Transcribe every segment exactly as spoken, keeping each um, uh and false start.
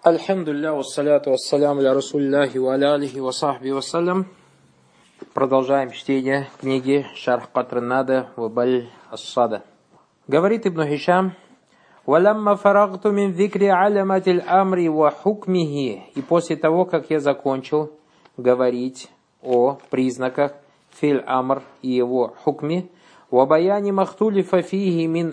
Альхамдулилля, вассаляту вассаляму ля расуллиллахи ва аля алихи ва сахби вассалям. Продолжаем чтение книги Шарх Катран-Нада ва Баль ас-Сада. Говорит Ибн Хишам: «Валямма фарагту мин зикри аляматиль амри ва хукмихи». И после того, как я закончил говорить о признаках филь амр и его хукми, ва баяни махтулифа фихи мин,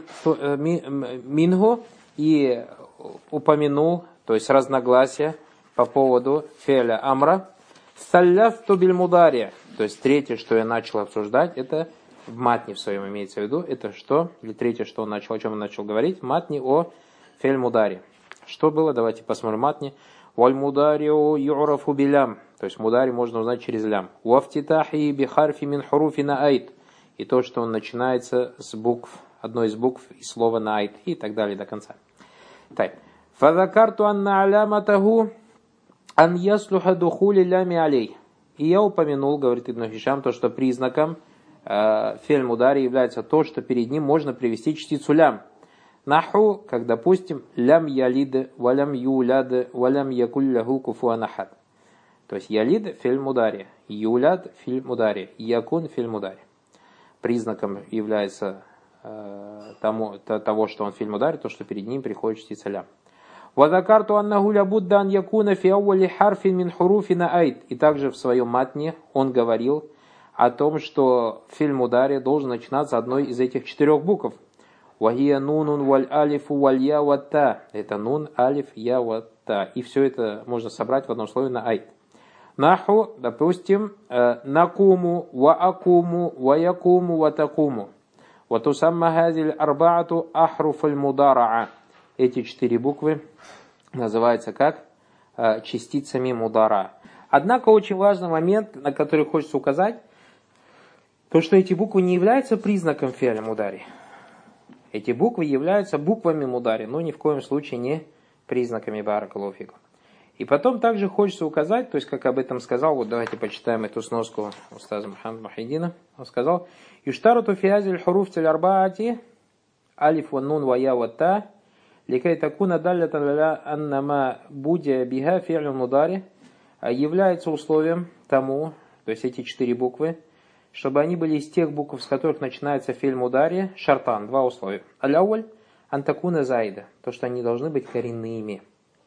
минху, и упомянул, то есть разногласия по поводу фи'ля амра, салляфту биль мудари, то есть третье, что я начал обсуждать, это в матне в своем имеется в виду, это что, или третье, что он начал, о чем он начал говорить, матне о фи'ль мудари. Что было? Давайте посмотрим матне. Валь мудариу ю'рафу билям, то есть мудари можно узнать через лям. Вафтитахи бихарфи мин хуруфина айт, и то, что он начинается с букв, одной из букв и слова на айт, и так далее до конца. Так. Фазакарту анна аляматаху ан яслуха духули лями алей. И я упомянул, говорит Ибн Хишам, то, что признаком э, фи'ль мудари является то, что перед ним можно привести частицу лям. Наху, как допустим, лям ялид, валям юляд, валям якулляху куфуан ахад. То есть ялид фи'ль мудари, юляд фи'ль мудари, якун фи'ль мудари. Признаком является э, тому, того, что он фи'ль мудари, то, что перед ним приходит частица лям. وذكرت أنه لابد أن يكون في أول حرف من حروفنا أيد. И также в своем матне он говорил о том, что фи'ль мудари должен начинаться одной из этих четырех букв. وهي نون والألف واليا والتا. Это нун, алиф, я, ватта. И все это можно собрать в одном слове на айд. Наху, допустим, накуму, ваакуму, ваякуму, ватакуму. وتسمى هذه الأربعة أحرف المضارعة. Эти четыре буквы называются как э, частицами мудара. Однако очень важный момент, на который хочется указать, то, что эти буквы не являются признаком фи'ля мудари. Эти буквы являются буквами мудари, но ни в коем случае не признаками баракаллаху фикум. И потом также хочется указать, то есть как об этом сказал, вот давайте почитаем эту сноску устаза Мухаммада Мухиддина. Он сказал: «Юштарату фи хазиль хуруф тиль арбаати алиф ва нун ва я ва та ликай такуна даллятан ля аннама будя биха фи'ль мудари», является условием тому, то есть эти четыре буквы, чтобы они были из тех букв, с которых начинается фи'ль мудари, шартан, два условия. Аляуль антакуна заида, то, что они должны быть коренными.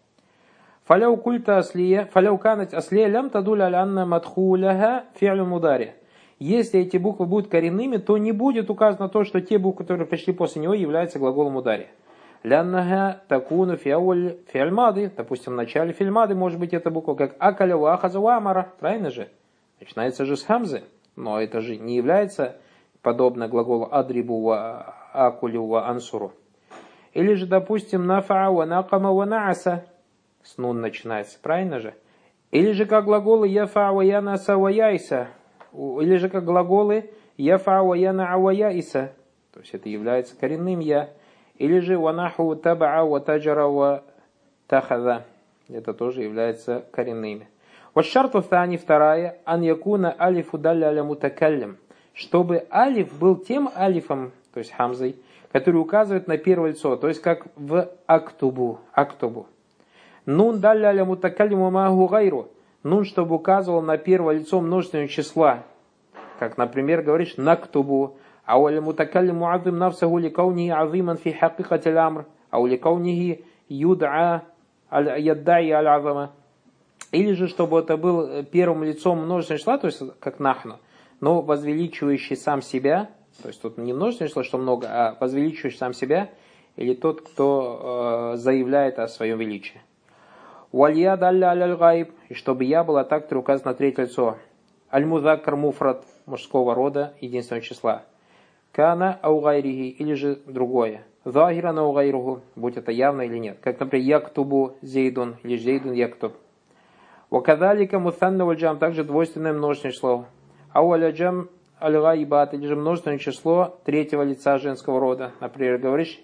Фаляу культа аслия, фаляу канать аслия лям тадуля алянна мадхуляха фи'ль мудари. Если эти буквы будут коренными, то не будет указано то, что те буквы, которые пришли после него, являются глаголом мудари. Ляннага такуну фи'уль фи'ль мади. Допустим, в начале фи'ль мади может быть эта буква как акаля ва ахаза ва амара. Правильно же? Начинается же с хамзы. Но это же не является подобно глаголу адрибу ва акулю ва ансуру. Или же, допустим, нафаа ва накама ва нааса. С нун начинается. Правильно же? Или же как глаголы яфаа ва янаса ва яйса. Или же как глаголы яфаа ва яна ва яйса. То есть это является коренным я. Или же ванаху табаа ва таджара ва тахаза. Это тоже является коренными. Вот шарту тани, вторая, ан якуна алифу далля аля мутакаллим. Чтобы алиф был тем алифом, то есть хамзой, который указывает на первое лицо, то есть как в актубу. актубу. Нун далля аля мутакаллиму маху гайру. Нун, чтобы указывал на первое лицо множественного числа. Как, например, говоришь нактубу. أو المتكلم معظم نفسه لكونه عظيما في حقيقة الأمر أو لكونه يدعى يدعي العظمة. Или же, чтобы это был первым лицом множественного числа, то есть как нахну, но возвеличивающий сам себя, то есть тут не множественное число, что много, а возвеличивающий сам себя, или тот, кто э, заявляет о своем величии. Валья далля аль-гайб, и чтобы я была так, который указан на третье лицо. Аль-музаккар муфрад, мужского рода, единственного числа. Кана аугайрихи, или же другое. Захиран аугайруху, будь это явно или нет. Как, например, яктубу зейдун, или зейдун яктуб. Вакадалика мутанна вальджам, также двойственное множественное число. Ауаляджам аль-гайбат, или же множественное число третьего лица женского рода. Например, говоришь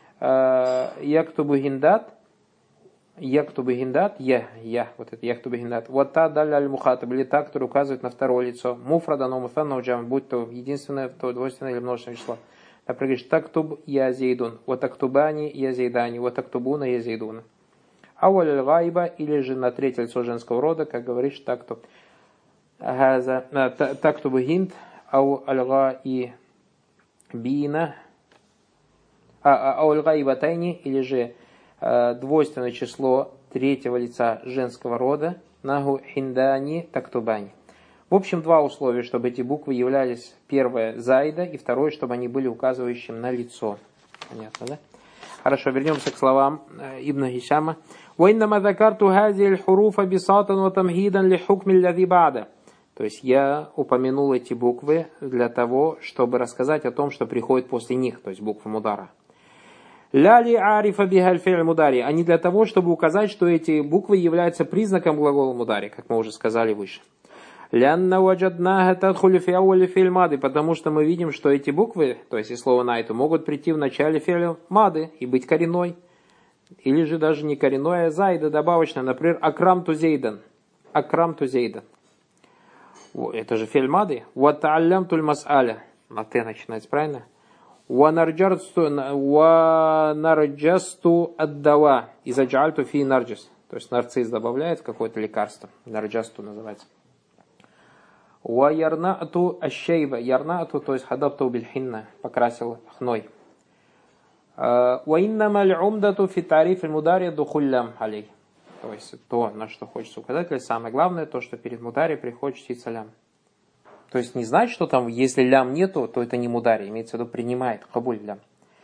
яктубу гиндат, яктубу гиндат, я, я, вот это яктубу гиндат. Вот та далля аль-мухатаб, или та, которая указывает на второе лицо. Муфрада, но мутанна вальджам, будь то единственное, то двойственное или множественное число. Например, говоришь тактуб я зейдун, вот тактубани я зейдани, вот тактубуна я зейдуна. ау аль-гайба, или же на третье лицо женского рода, как говоришь, так то так то бигинт, ау аль-гайбина, ау аль-гайбатайни, или же двойственное число третьего лица женского рода, наху хиндани тактубани. В общем, два условия, чтобы эти буквы являлись: первое зайда, и второе, чтобы они были указывающим на лицо. Понятно, да? Хорошо, вернемся к словам Ибн Хишама. وَإِنَّمَا ذَكَرْتُ هَذِهِ الْحُرُوفَ بِسَاطًا وَتَمْهِيدًا لِحُكْمِ الَّذِي بَعْدَ. То есть я упомянул эти буквы для того, чтобы рассказать о том, что приходит после них, то есть буквы мудара. لا لِعَارِفَ بِهَا الْفِعْلِ مُدَارِ, а не для того, чтобы указать, что эти буквы являются признаком глагола мудари, как мы уже сказали выше. لأن وجدناها تدخل في أول فعل ماضي, потому что мы видим, что эти буквы, то есть и слово найту, могут прийти в начале фи'ля мады и быть коренной, или же даже не коренной, а зайда, добавочно, например, акрамту зейдан, акрамту зейдан. Это же фи'ль мады. Ва та'аллямту аль-мас'аля, на т начинается, правильно? Ва нарджасту ад-дава, и заджальту фи нарджас, то есть нарцисс добавляет какое-то лекарство, нарджасту называется. Ва ярнаату ащейба, ярнаату, то есть хадапту бильхинна, покрасил хной. Ва иннама аль-умдату фи тариф аль-мудари духуллям алей. То есть то, на что хочется указать, или самое главное, то, что перед мудари приходит частица лям. То есть не знать, что там, если лям нету, то это не мудари, имеется в виду принимает, кабуль лям.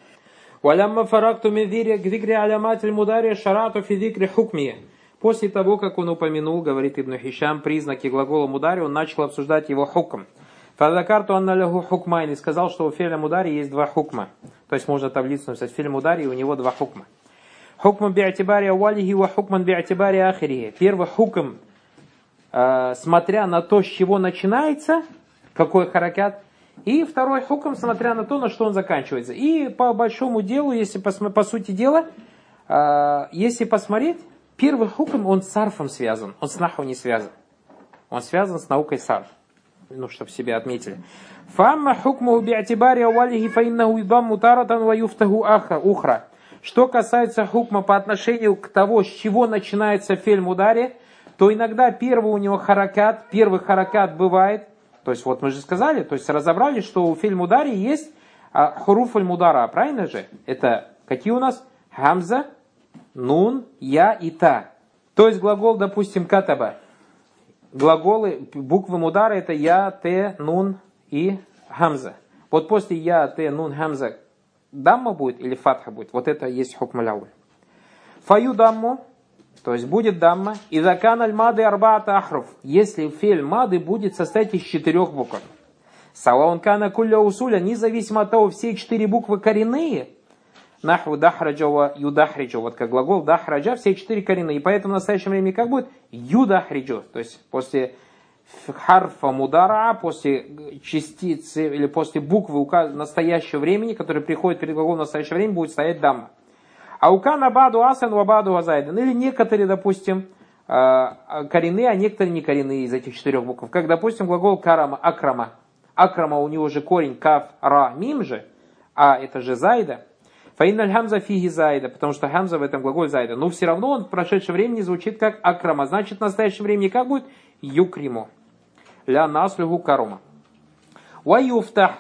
Ва лямма фаракту мин зикри алямат аль-мудари шарату фи зикри хукми. После того, как он упомянул, говорит Ибн Хишам, признаки глагола мудари, он начал обсуждать его хукм. Фадакарту анна лаху хукмайн, и сказал, что у фи'ля мудари есть два хукма. То есть можно таблицу написать: фи'ль мудари, и у него два хукма. Хукман би'атибари авалихи ва хукман би'атибари ахирихи. Первый хукм, э, смотря на то, с чего начинается, какой харакат. И второй хукм, смотря на то, на что он заканчивается. И по большому делу, если посма- по сути дела, э, если посмотреть, первый хукм, он с сарфом связан, он с наху не связан. Он связан с наукой сарф. Ну, чтобы себе отметили. Фамма хукму би'атибари авалихи фаиннаху юдамму таратан ва юфтаху ухра. Что касается хукма по отношению к того, с чего начинается фи'ль мудари, то иногда первый у него харакат, первый харакат бывает, то есть вот мы же сказали, то есть разобрали, что у фи'ль мудари есть а, хуруф аль-мудара, правильно же? Это какие у нас? Хамза, нун, я и та. То есть глагол, допустим, катаба. Глаголы, буквы мудара это я, те, нун и хамза. Вот после я, те, нун, хамза дамма будет или фатха будет? Вот это есть хукм аль-ауль. Фаю дамму, то есть будет дамма. И закан аль-мады арбаата ахруф. Если фи'ль мады будет состоять из четырех букв. Саваун кана кулля усуля, независимо от того, все четыре буквы коренные. Нахву дахраджа ва юдахриджа. Вот как глагол дахраджа, все четыре коренные. И поэтому в настоящем времени как будет? Юдахриджу. То есть после харфа мудара, после частицы или после буквы настоящего времени, которая приходит перед глаголом в настоящее время, будет стоять дамма. А укана баду асан ва баду газайдан. Или некоторые, допустим, коренные, а некоторые не коренные из этих четырех букв. Как, допустим, глагол карама, акрама. Акрама у него же корень каф, ра, мим же, а это же зайда. Фаинналь хамза фиги зайда, потому что хамза в этом глаголе зайда. Но все равно он в прошедшем времени звучит как акрама. Значит, в настоящем времени как будет? Юкриму. Ля наслюгу карума. Ва юфтах.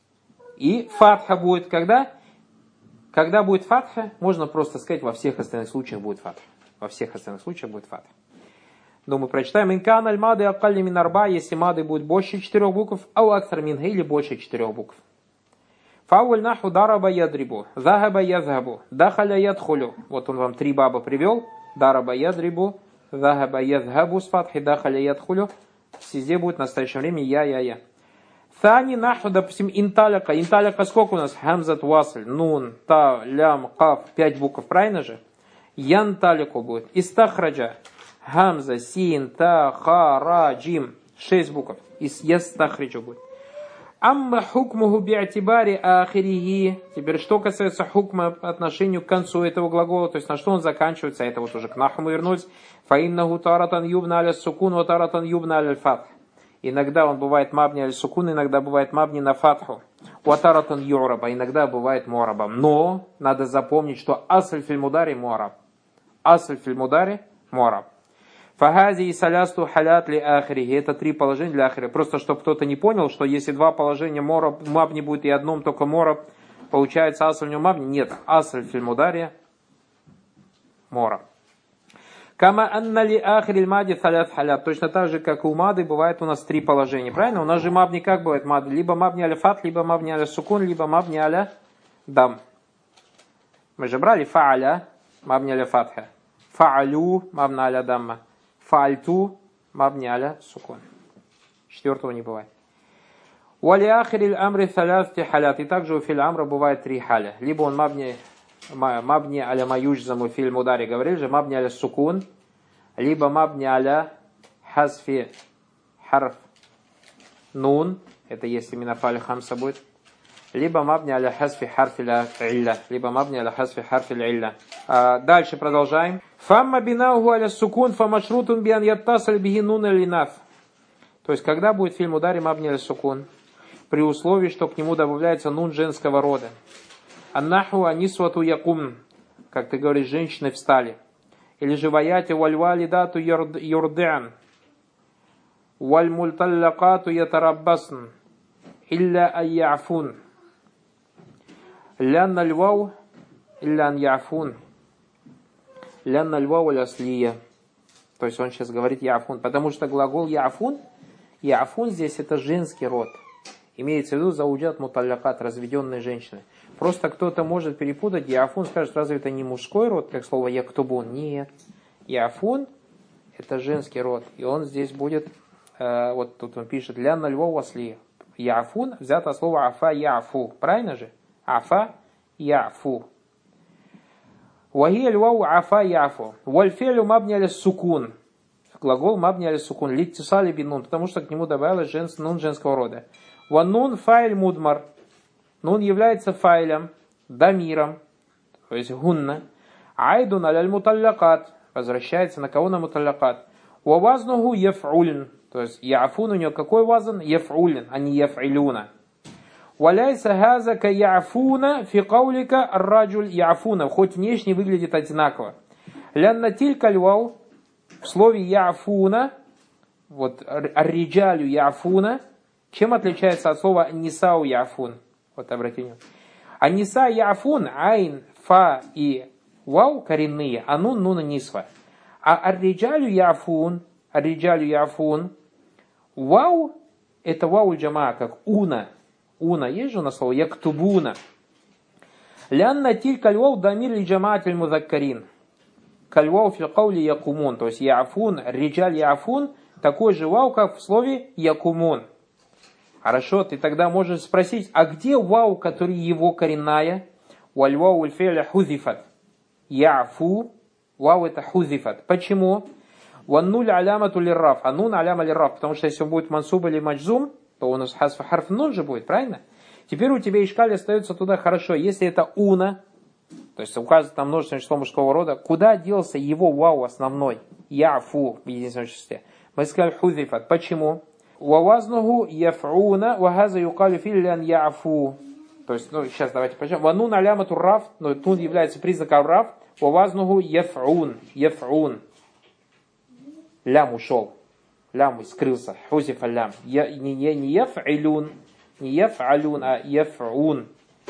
И фатха будет когда? Когда будет фатха, можно просто сказать, во всех остальных случаях будет фатха. Во всех остальных случаях будет фатха. Но мы прочитаем. Инкан аль мады акалли мин арба, если мады будет больше четырех букв, ау аксар минха, или больше четырех букв. Фауль наху дараба ядрибу, захаба язхабу, дахаля ядхулю. Вот он вам три баба привел. Дараба ядрибу, захаба язхабу с фатхи, дахаля ядхулю. Везде будет в настоящем времени я-я-я. Тани наху, допустим, инталяка. Инталяка сколько у нас? Хамзат васль, нун, та, лям, каф. Пять букв, правильно же? Янталику будет. Истахраджа. Хамза, син, та, ха, ра, джим. Шесть букв. Ястахриджу будет. Амма хукмуху би'атибари ахирихи. Теперь, что касается хукма по отношению к концу этого глагола, то есть на что он заканчивается, это вот уже к наху мы вернулись. Фаиннаху таратан юбна аля сукун, ва таратан юбна аля фатх. Иногда он бывает мабни аля сукун, иногда бывает мабни на фатху. Ва таратан юраба, иногда бывает муараба. Но надо запомнить, что асль филь мудари муараб. Асль филь мудари муараб. Фагази и салясту халят ли ахрихи. Это три положения для ахри. Просто чтобы кто-то не понял, что если два положения мораб, мабни будет и одном только мораб, получается асль не мабни. Нет. Асль филь мудари мораб. Кама анна ли ахри мади салят халят. Точно так же, как у мады, бывает у нас три положения. Правильно? У нас же мабни как бывает мады? Либо мабни аля фат, либо мабни аля сукун, либо мабни аля дам. Мы же брали фааля, мабни аля фатха. Фаалю, мабни аля дамма. Фальту, мабни аля сукун. Четвертого не бывает. Вали ахри амри салят халят. И также у филь амра бывает три халя. Либо он мабни мабни аля маюджзаму филь мудари, говорили же, мабни аля сукун, либо мабни аля хазфи харф нун, это если минафаль хамса будет, либо мабни аля хазфи харфи илля, либо мабни аля хазфи харфи илля. Дальше продолжаем. Фамма бинаху аля сукун фамашрутун биан яттасаль биги нун алинаф. То есть, когда будет филь мудари мабни аля сукун, при условии, что к нему добавляется нун женского рода. Аннаху анисвату якум, как ты говоришь, женщины встали. Или же ваяти вальвали дату юрдиан, вальмульталлакату ятараббасн, илля айяфун, лянна львау, илля аньяфун, лянна львау ляслия. То есть он сейчас говорит яфун, потому что глагол яфун, яфун здесь это женский род. Имеется в виду зауджат муталлакат, разведенные женщины. Просто кто-то может перепутать. Яфун скажет, разве это не мужской род, как слово яктубун? Нет. Яфун это женский род. И он здесь будет, э, вот тут он пишет, лянна львов асли. Яфун взято от слова афа яфу. Правильно же? Афа яфу. Вахия львау афа яфу. Вальфелю мабни аля сукун. Глагол мабни аля сукун. Литтисали бинун. Потому что к нему добавилось женс, нун женского рода. Ваннун файль мудмар. Нун является файлем, дамиром, то есть гунна. Айдун аляль муталлакат. Возвращается на кого? На муталлакат. Вавазнуху яф'улин. То есть яфун у него какой вазан? Яф'улин, а не яф'илюна. Валяйса хаза ка яфуна фи каулика раджуль яфуна. Хоть внешне выглядит одинаково. Лянна тилька львау. В слове яфуна, вот арриджалю яфуна, чем отличается от слова нисау яфун? Вот обратите внимание. Аниса яфун, айн, фа и вау коренные, а нун, нуна нисва. А арриджалю яфун, арриджалю яфун, вау, это вау джама, как уна. Уна, есть же у нас слово яктубуна. Лянна тиль кальвау дамир ли джамаатиль музаккарин. Кальвау фил каули якумун. То есть яфун, риджаль яфун, такой же вау, как в слове якумун. Хорошо, ты тогда можешь спросить, а где вау, который его коренная? Вальвау ульфеля хузифат. Яфу, вау это хузифат. Почему? Ваннуль алямату лирраф. А нун аляма лирраф. Потому что если он будет мансуб или маджзум, то у нас хасфа харф нун же будет, правильно? Теперь у тебя ишкаль остается туда хорошо. Если это уна, то есть указывает там множественное число мужского рода, куда делся его вау основной? Яфу в единственном числе. Мы сказали хузифат. Почему? Вавазнуху яф'уна вахаза юкалю филлян яфу. То есть, ну, сейчас давайте почитаем. Ванун алямату раф, но тут является признаком раф. Вавазнуху яф'ун, яф'ун. Лям ушел. Лям скрылся. Хузиф алям. Не яф'илюн, не яф'алюн, а яф'ун.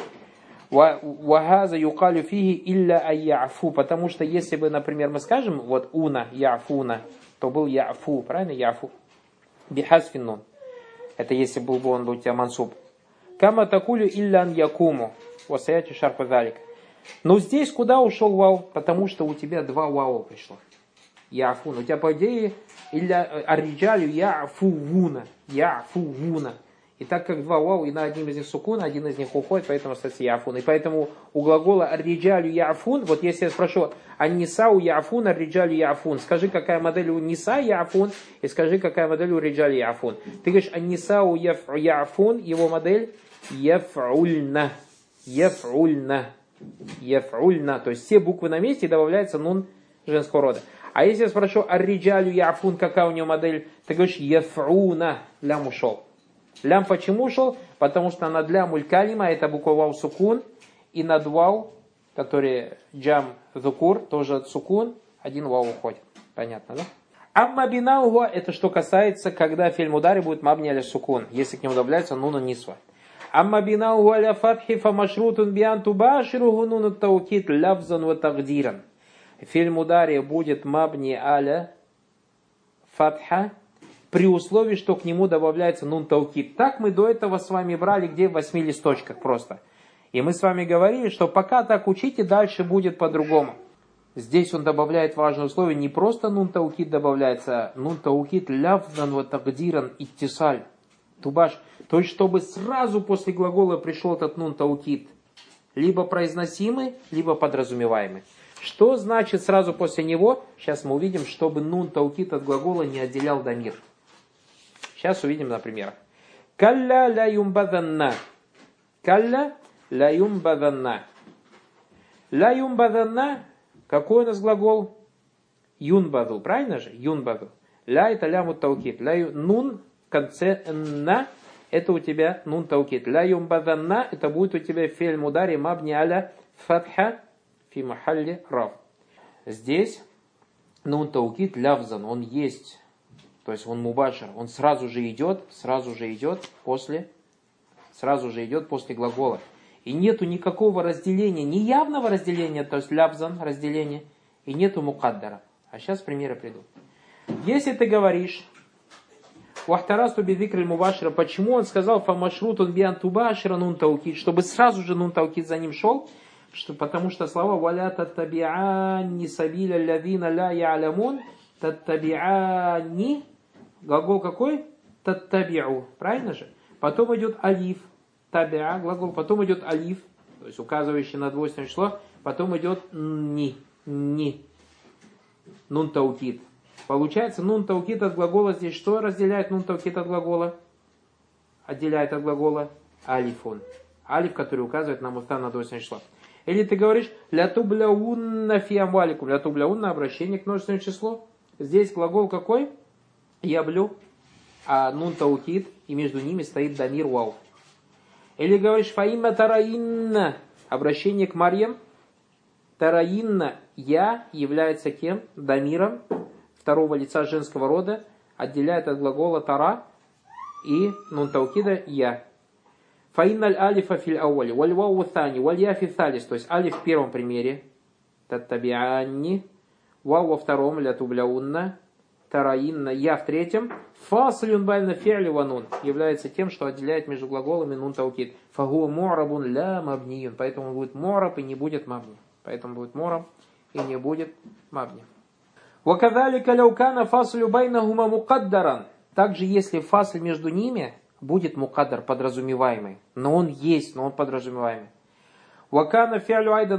Вахаза юкалю фиги илля айяфу. Потому что если бы, например, мы скажем, вот уна, яфуна, то был яфу, правильно? Яфу. Бихасфин нун. Это если был бы он был у тебя мансуб. Кама такулю иллян якуму. Васаяти шарфа залик. Но здесь куда ушел вау? Потому что у тебя два вау пришло. Яфун. У тебя по идее илля арриджалю яфувуна. Яфувуна. И так как два вау, и на одним из них сукун, один из них уходит, поэтому остается яфун. И поэтому у глагола арриджалю яфун, вот если я спрошу, а нисау яфун, арриджалю яфун, скажи, какая модель у ниса яфун, и скажи, какая модель у риджали яфун. Ты говоришь, а нисау яфун, его модель яф'ульна. Яф'ульна. Яф'ульна. То есть все буквы на месте, и добавляется нун женского рода. А если я спрошу, арриджалю яфун, какая у него модель, ты говоришь, яф'уна, лям ушел. Лям почему ушел? Потому что над лямуль калима, это буква вау сукун, и над вау, который джам зукур, тоже сукун, один вау уходит. Понятно, да? Амма бинаугу, это что касается, когда фи'ль мудари будет мабни аля сукун, если к нему добавляется нуна нисва. Амма бинаугу аля фатхи фа машрутун биан тубаширугу нуну таукид лавзан ва тагдиран. Фи'ль мудари будет мабни аля фатха при условии, что к нему добавляется нун таукид. Так мы до этого с вами брали, где в восьми листочках просто. И мы с вами говорили, что пока так учите, дальше будет по-другому. Здесь он добавляет важное условие, не просто нун таукид добавляется, а нун таукид лявзан ва тагдиран иттисаль. Тубаш. То есть, чтобы сразу после глагола пришел этот нун таукид. Либо произносимый, либо подразумеваемый. Что значит сразу после него? Сейчас мы увидим, чтобы нун таукид от глагола не отделял дамир. Сейчас увидим на примерах. Калля ля юмбаданна. Калля ля юмбаданна. Ля юмбаданна. Какой у нас глагол? Юнбаду. Правильно же? Юнбаду. Ля это лямут таукид. Ля ю... Нун в конце на. Это у тебя нун таукид. Ля юмбаданна. Это будет у тебя фи'ль мудари мабни аля фатха фи махалли раф. Здесь нун таукид лявзан. Он есть. То есть он мубашир. Он сразу же идет. Сразу же идет после. Сразу же идет после глагола. И нету никакого разделения, ни явного разделения, то есть лябзан разделения, и нету мукаддара. А сейчас примеры приду. Если ты говоришь, вахтарасту бидикриль мубашира, почему он сказал фамашрут он биан тубашира нун таукид, чтобы сразу же нун таукид за ним шел, что, потому что слова валя таттаби'анни сабиля лявина ля я'лямун, таттаби'анни, глагол какой? Таттаби'у, правильно же? Потом идет алиф. Табиа, глагол, потом идет алиф, то есть указывающий на двойственное число, потом идет ни, ни, нун таукид. Получается, нун таукид от глагола здесь что разделяет нун таукид от глагола? Отделяет от глагола алифун. Алиф, который указывает на мустан на двойственное число. Или ты говоришь ля тубляунна фи амваликум, ля тубляунна обращение к множественному числу. Здесь глагол какой? Яблю, а нун таукид, и между ними стоит дамир вау. Или говоришь фаимма тараинна, обращение к Марьям. Тараинна, я является кем? Дамиром второго лица женского рода, отделяет от глагола тара и нун таукида я. Фаинналь алифа фил ауали, валь вау thani, валь я фи thалис, то есть алиф в первом примере, таттабианни, вау во втором, ля тубляунна, тараинна, я в третьем, фаслюн байна фи'ли ва нун является тем, что отделяет между глаголами нун таукид. Фагу му'рабун ля мабниюн, поэтому будет му'раб и не будет мабни. Поэтому будет му'раб и не будет мабни. Ва кадалика лау кана фаслю байнахума мукаддаран. Также если фасль между ними будет мукаддар, подразумеваемый, но он есть, но он подразумеваемый. Ва кана фи'лю айдан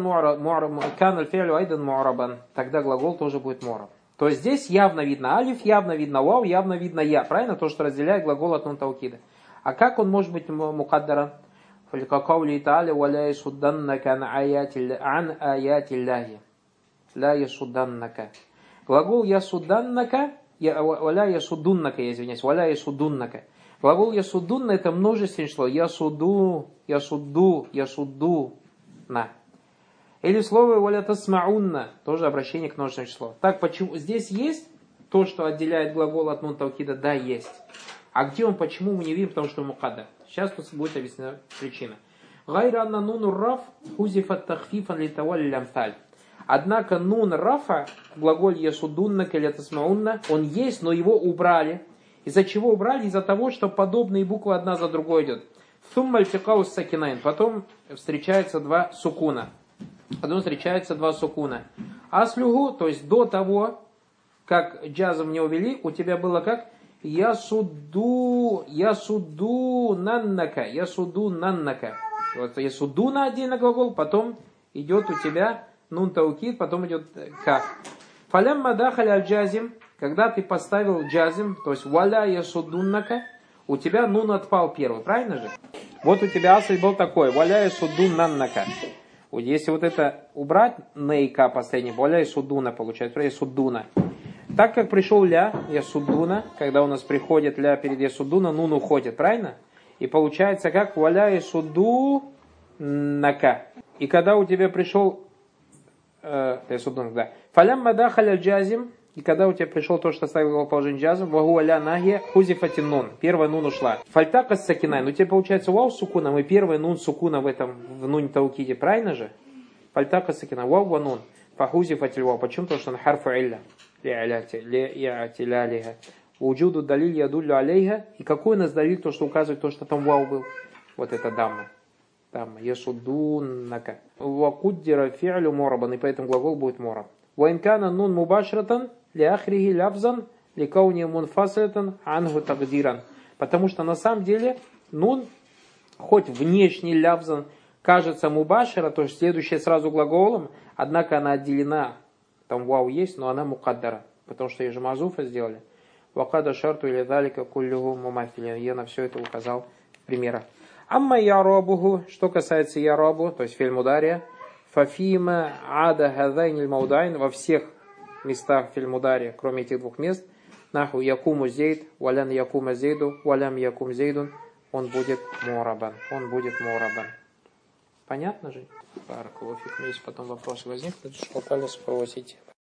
му'рабан, тогда глагол тоже будет му'раб. То есть здесь явно видно алиф, явно видно вау, явно видно я. Правильно? То, что разделяет глагол от нун таукида. А как он может быть мукаддаран? Фалькакаули та'аля валя ясудданнака ан аятилляхи. Ля ясудданнака. Глагол ясудданнака, валя ясудуннака, я извиняюсь, валя ясудуннака. Глагол ясудунна это множественное число. Ясуду, ясуду, ясуду на. Или слово «валя тасмаунна», тоже обращение к множественному числу. Так, почему? Здесь есть то, что отделяет глагол от нун таукида? Да, есть. А где он, почему мы не видим? Потому что мукаддар. Сейчас тут будет объяснена причина. Гайра анна нуну раф хузифат тахфифан литавалли лямталь. Однако нун рафа, глаголь ясудунна, каля тасмаунна, он есть, но его убрали. Из-за чего убрали? Из-за того, что подобные буквы одна за другой идет. Сумма альтикаус сакинайн. Потом встречаются два сукуна. Потом встречаются два сукуна. Аслюгу, то есть до того, как джазом не увели, у тебя было как? Ясуду, ясуду наннака, ясуду наннака. Вот ясуду на отдельный глагол, потом идет у тебя нун таукид, потом идет каф. Фалямма дахаль аль-джазим, когда ты поставил джазим, то есть валя ясудуннака, у тебя нун отпал первый, правильно же? Вот у тебя асль был такой, валя ясудун наннака. Если вот это убрать, нейка последний, валя ясудуна получается, ясудуна. Так как пришел ля, ясудуна, когда у нас приходит ля перед ясудуна, нун уходит, правильно? И получается как валя ясуду нака. И когда у тебя пришел, э, ясудуна, да, Фалямма дахаля джазим, и когда у тебя пришел то, что ставил его положение джазм, вагу аля нахия хузифатин нун. Первая нун ушла. Фальтака с сакинай. Ну тебе получается вау сукуна, мы первый нун сукуна в этом, в нуне таукиде, правильно же? Фальтака с сакинай. Вау ва нун. Фахузифатиль вау. Почему? Потому что он харфу илля. Ли-иатилялиха. Уджуду далиль ядулю алейха. И какой у нас далиль, то, что указывает то, что там вау был? Вот это дамма. Дамма. Ясудуннака. Вакуддира фи'лю морабан. И поэтому глагол будет мораб. Ваинкана нун мубашратан ли ахрихи лявзан ли кауни мунфасилатан ангу тагдиран. Потому что на самом деле нун, хоть внешний лявзан кажется мубашира, то есть следующая сразу глаголом, однако она отделена, там вау есть, но она мукаддара, потому что ее же мазуфа сделали. Вакада шарту или далика куллюху мумафилин. Я на все это указал в примерах. Амма ярабуху, что касается ярабу, то есть фильмудария, фафима ада хазайниль маудайн, во всех местах фильмудария, кроме этих двух мест, наху якуму зейд, валян якума зейду, валям якум зейдун, он будет морабан, он будет морабан. Понятно же? Парк, если потом вопросы возникнут, что палец повозите.